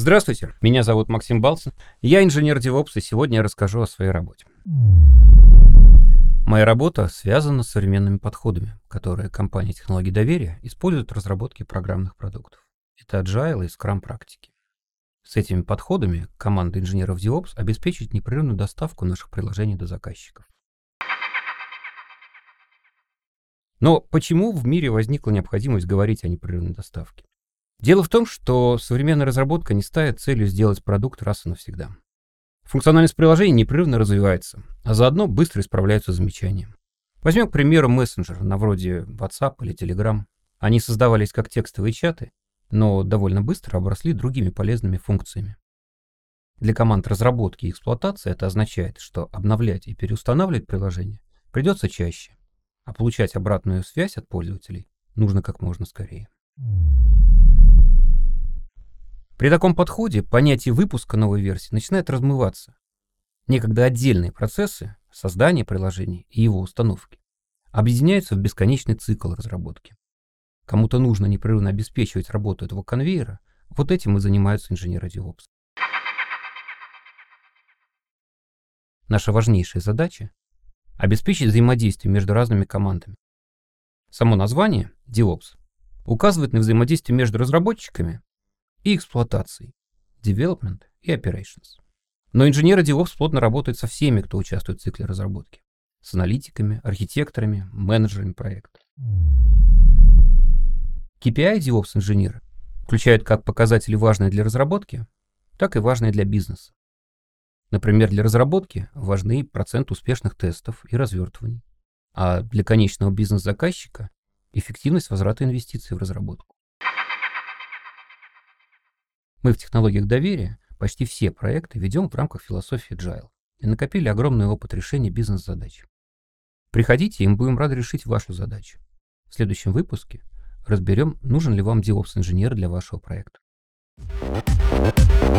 Здравствуйте, меня зовут Максим Балцин, я инженер DevOps, и сегодня я расскажу о своей работе. Моя работа связана с современными подходами, которые компании технологий доверия используют в разработке программных продуктов. Это Agile и Scrum практики. С этими подходами команда инженеров DevOps обеспечит непрерывную доставку наших приложений до заказчиков. Но почему в мире возникла необходимость говорить о непрерывной доставке? Дело в том, что современная разработка не ставит целью сделать продукт раз и навсегда. Функциональность приложений непрерывно развивается, а заодно быстро исправляются замечания. Возьмем, к примеру, мессенджер на вроде WhatsApp или Telegram. Они создавались как текстовые чаты, но довольно быстро обросли другими полезными функциями. Для команд разработки и эксплуатации это означает, что обновлять и переустанавливать приложение придется чаще, а получать обратную связь от пользователей нужно как можно скорее. При таком подходе понятие выпуска новой версии начинает размываться. Некогда отдельные процессы создания приложения и его установки объединяются в бесконечный цикл разработки. Кому-то нужно непрерывно обеспечивать работу этого конвейера, вот этим и занимаются инженеры DevOps. Наша важнейшая задача — обеспечить взаимодействие между разными командами. Само название DevOps указывает на взаимодействие между разработчиками и эксплуатацией, development и operations. Но инженеры DevOps плотно работают со всеми, кто участвует в цикле разработки. С аналитиками, архитекторами, менеджерами проекта. KPI DevOps-инженеры включают как показатели, важные для разработки, так и важные для бизнеса. Например, для разработки важны процент успешных тестов и развертываний, а для конечного бизнес-заказчика — эффективность возврата инвестиций в разработку. Мы в технологиях доверия почти все проекты ведем в рамках философии Agile и накопили огромный опыт решения бизнес-задач. Приходите, и мы будем рады решить вашу задачу. В следующем выпуске разберем, нужен ли вам DevOps-инженер для вашего проекта.